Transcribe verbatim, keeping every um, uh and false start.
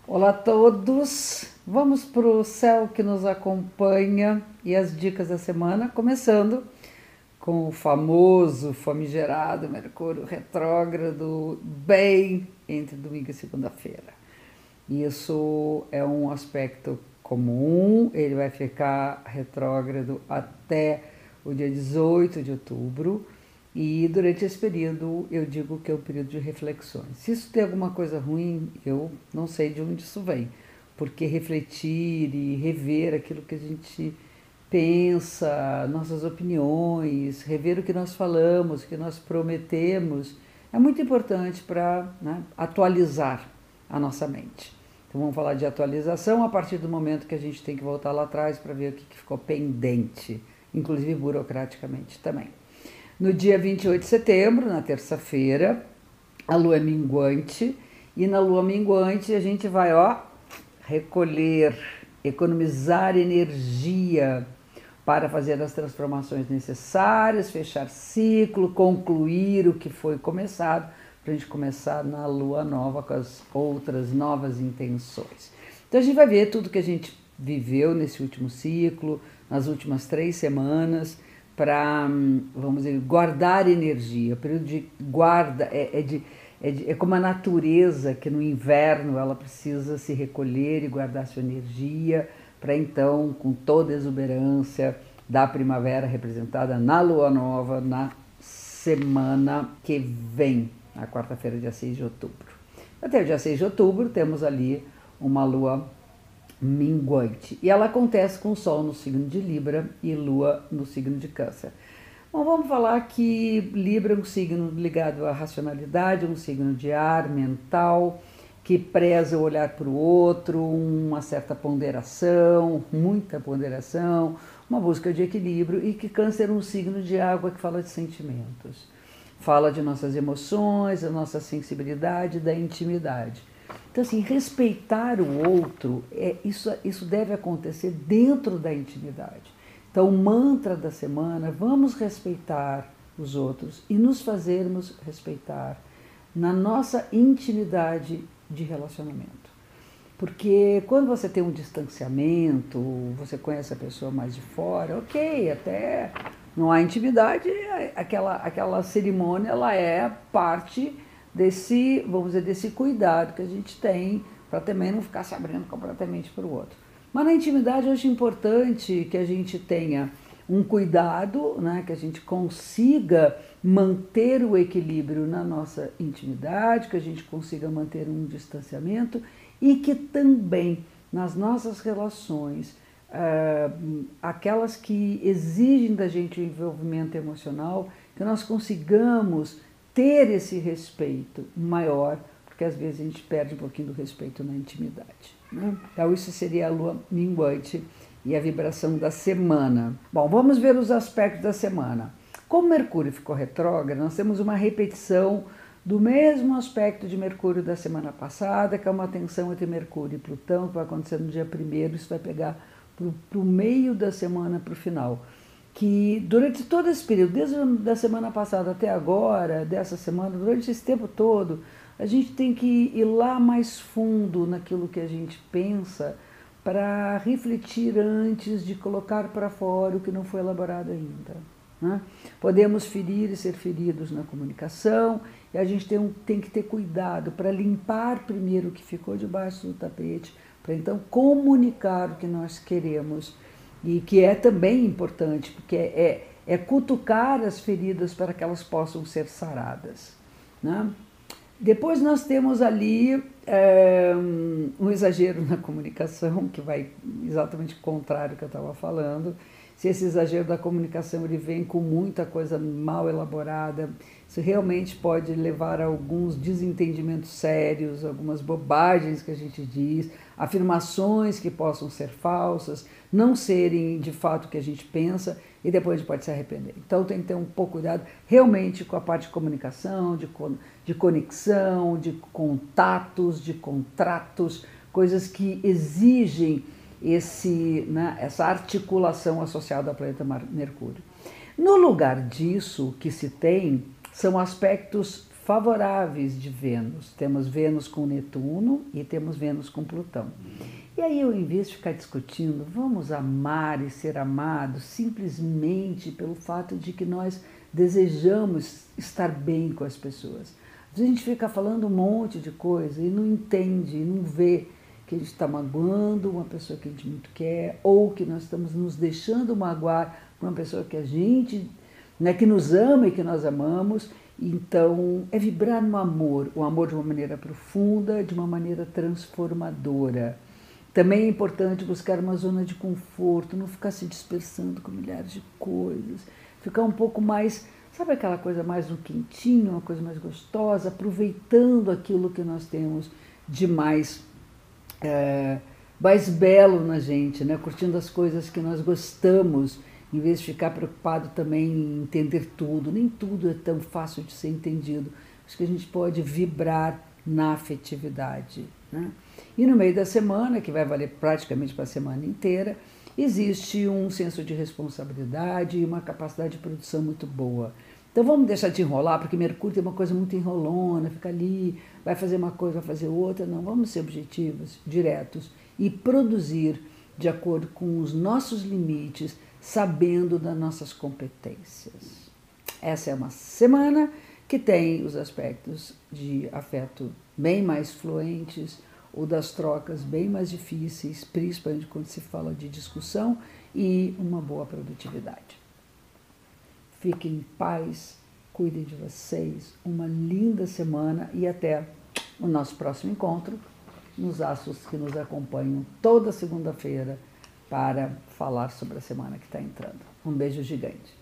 Olá a todos, vamos para o céu que nos acompanha e as dicas da semana, começando com o famoso, famigerado Mercúrio retrógrado, bem entre domingo e segunda-feira. Isso é um aspecto comum, ele vai ficar retrógrado até o dia dezoito de outubro, e durante esse período eu digo que é um período de reflexões. Se isso tem alguma coisa ruim, eu não sei de onde isso vem, porque refletir e rever aquilo que a gente pensa, nossas opiniões, rever o que nós falamos, o que nós prometemos, é muito importante para, né, atualizar a nossa mente. Então vamos falar de atualização a partir do momento que a gente tem que voltar lá atrás para ver o que ficou pendente, inclusive burocraticamente também. No dia vinte e oito de setembro, na terça-feira, a lua é minguante, e na lua minguante a gente vai, ó, recolher, economizar energia para fazer as transformações necessárias, fechar ciclo, concluir o que foi começado, para a gente começar na lua nova com as outras novas intenções. Então a gente vai ver tudo que a gente viveu nesse último ciclo, nas últimas três semanas, para, vamos dizer, guardar energia. O período de guarda é, é, de, é, de, é como a natureza, que no inverno ela precisa se recolher e guardar sua energia, para então, com toda a exuberância da primavera representada na lua nova, na semana que vem, na quarta-feira, dia seis de outubro. Até o dia seis de outubro temos ali uma lua minguante, e ela acontece com o Sol no signo de Libra e Lua no signo de Câncer. Bom, vamos falar que Libra é um signo ligado à racionalidade, um signo de ar mental, que preza o olhar para o outro, uma certa ponderação, muita ponderação, uma busca de equilíbrio, e que Câncer é um signo de água que fala de sentimentos, fala de nossas emoções, da nossa sensibilidade, da intimidade. Então, assim, respeitar o outro, é, isso, isso deve acontecer dentro da intimidade. Então, o mantra da semana, vamos respeitar os outros e nos fazermos respeitar na nossa intimidade de relacionamento. Porque quando você tem um distanciamento, você conhece a pessoa mais de fora, ok, até não há intimidade, aquela, aquela cerimônia ela é parte desse, vamos dizer, desse cuidado que a gente tem para também não ficar se abrindo completamente para o outro. Mas na intimidade eu acho importante que a gente tenha um cuidado, né, que a gente consiga manter o equilíbrio na nossa intimidade, que a gente consiga manter um distanciamento e que também nas nossas relações, uh, aquelas que exigem da gente o envolvimento emocional, que nós consigamos ter esse respeito maior, porque às vezes a gente perde um pouquinho do respeito na intimidade, né? Então isso seria a lua minguante e a vibração da semana. Bom, vamos ver os aspectos da semana. Como Mercúrio ficou retrógrado, nós temos uma repetição do mesmo aspecto de Mercúrio da semana passada, que é uma tensão entre Mercúrio e Plutão, que vai acontecer no dia primeiro, isso vai pegar para o meio da semana, para o final. Que durante todo esse período, desde a semana passada até agora, dessa semana, durante esse tempo todo, a gente tem que ir lá mais fundo naquilo que a gente pensa para refletir antes de colocar para fora o que não foi elaborado ainda, né? Podemos ferir e ser feridos na comunicação, e a gente tem, um, tem que ter cuidado para limpar primeiro o que ficou debaixo do tapete, para então comunicar o que nós queremos, e que é também importante, porque é, é, é cutucar as feridas para que elas possam ser saradas, né? Depois nós temos ali é, um exagero na comunicação, que vai exatamente o contrário do que eu estava falando. Se esse exagero da comunicação ele vem com muita coisa mal elaborada, isso realmente pode levar a alguns desentendimentos sérios, algumas bobagens que a gente diz, afirmações que possam ser falsas, não serem de fato o que a gente pensa, e depois a gente pode se arrepender. Então tem que ter um pouco de cuidado realmente com a parte de comunicação, de, de conexão, de contatos, de contratos, coisas que exigem esse, né, essa articulação associada ao planeta Mercúrio. No lugar disso, o que se tem são aspectos favoráveis de Vênus. Temos Vênus com Netuno e temos Vênus com Plutão. E aí eu, em vez de ficar discutindo, vamos amar e ser amados simplesmente pelo fato de que nós desejamos estar bem com as pessoas. A gente fica falando um monte de coisa e não entende, e não vê que a gente está magoando uma pessoa que a gente muito quer, ou que nós estamos nos deixando magoar por uma pessoa que a gente, né, que nos ama e que nós amamos. Então, é vibrar no amor, o amor de uma maneira profunda, de uma maneira transformadora. Também é importante buscar uma zona de conforto, não ficar se dispersando com milhares de coisas, ficar um pouco mais, sabe aquela coisa mais no quentinho, uma coisa mais gostosa, aproveitando aquilo que nós temos de mais, é, mais belo na gente, né? Curtindo as coisas que nós gostamos, em vez de ficar preocupado também em entender tudo. Nem tudo é tão fácil de ser entendido. Acho que a gente pode vibrar na afetividade, né? E no meio da semana, que vai valer praticamente para a semana inteira, existe um senso de responsabilidade e uma capacidade de produção muito boa. Então vamos deixar de enrolar, porque Mercúrio tem uma coisa muito enrolona, fica ali, vai fazer uma coisa, vai fazer outra. Não, vamos ser objetivos, diretos e produzir de acordo com os nossos limites, sabendo das nossas competências. Essa é uma semana que tem os aspectos de afeto bem mais fluentes, ou das trocas bem mais difíceis, principalmente quando se fala de discussão, e uma boa produtividade. Fiquem em paz, cuidem de vocês, uma linda semana e até o nosso próximo encontro nos astros que nos acompanham toda segunda-feira para falar sobre a semana que está entrando. Um beijo gigante.